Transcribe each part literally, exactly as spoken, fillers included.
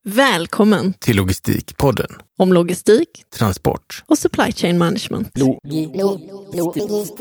Välkommen till Logistikpodden. Om logistik, transport och supply chain management. Lo- Lo- lo- logistik.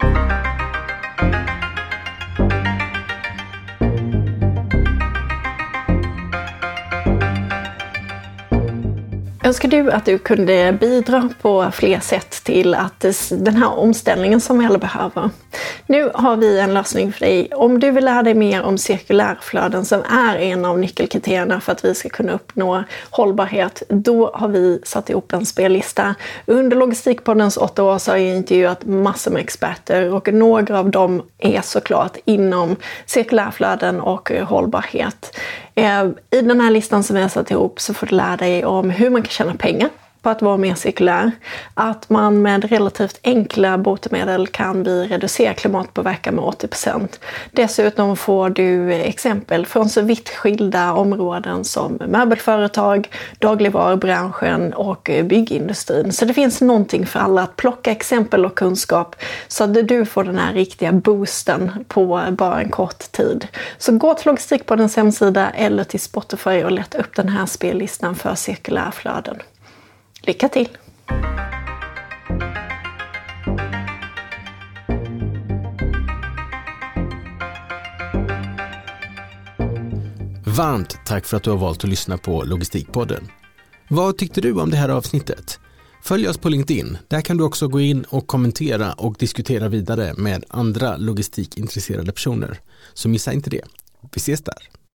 Önskar du att du kunde bidra på fler sätt till att den här omställningen som vi alla behöver? Nu har vi en lösning för dig. Om du vill lära dig mer om cirkulärflöden som är en av nyckelkriterierna för att vi ska kunna uppnå hållbarhet, då har vi satt ihop en spellista. Under Logistikpoddens åtta år så har jag intervjuat massor med experter och några av dem är såklart inom cirkulärflöden och hållbarhet. I den här listan som vi har satt ihop så får du lära dig om hur man kan tjäna pengar på att vara mer cirkulär. Att man med relativt enkla botemedel kan vi reducera klimatpåverkan med åttio procent. Dessutom får du exempel från så vitt skilda områden som möbelföretag, dagligvarubranschen och byggindustrin. Så det finns någonting för alla att plocka exempel och kunskap så att du får den här riktiga boosten på bara en kort tid. Så gå till Logistikpoddens hemsida eller till Spotify och leta upp den här spellistan för cirkulärflöden. Lycka till! Varmt tack för att du har valt att lyssna på Logistikpodden. Vad tyckte du om det här avsnittet? Följ oss på LinkedIn. Där kan du också gå in och kommentera och diskutera vidare med andra logistikintresserade personer. Så missa inte det. Vi ses där!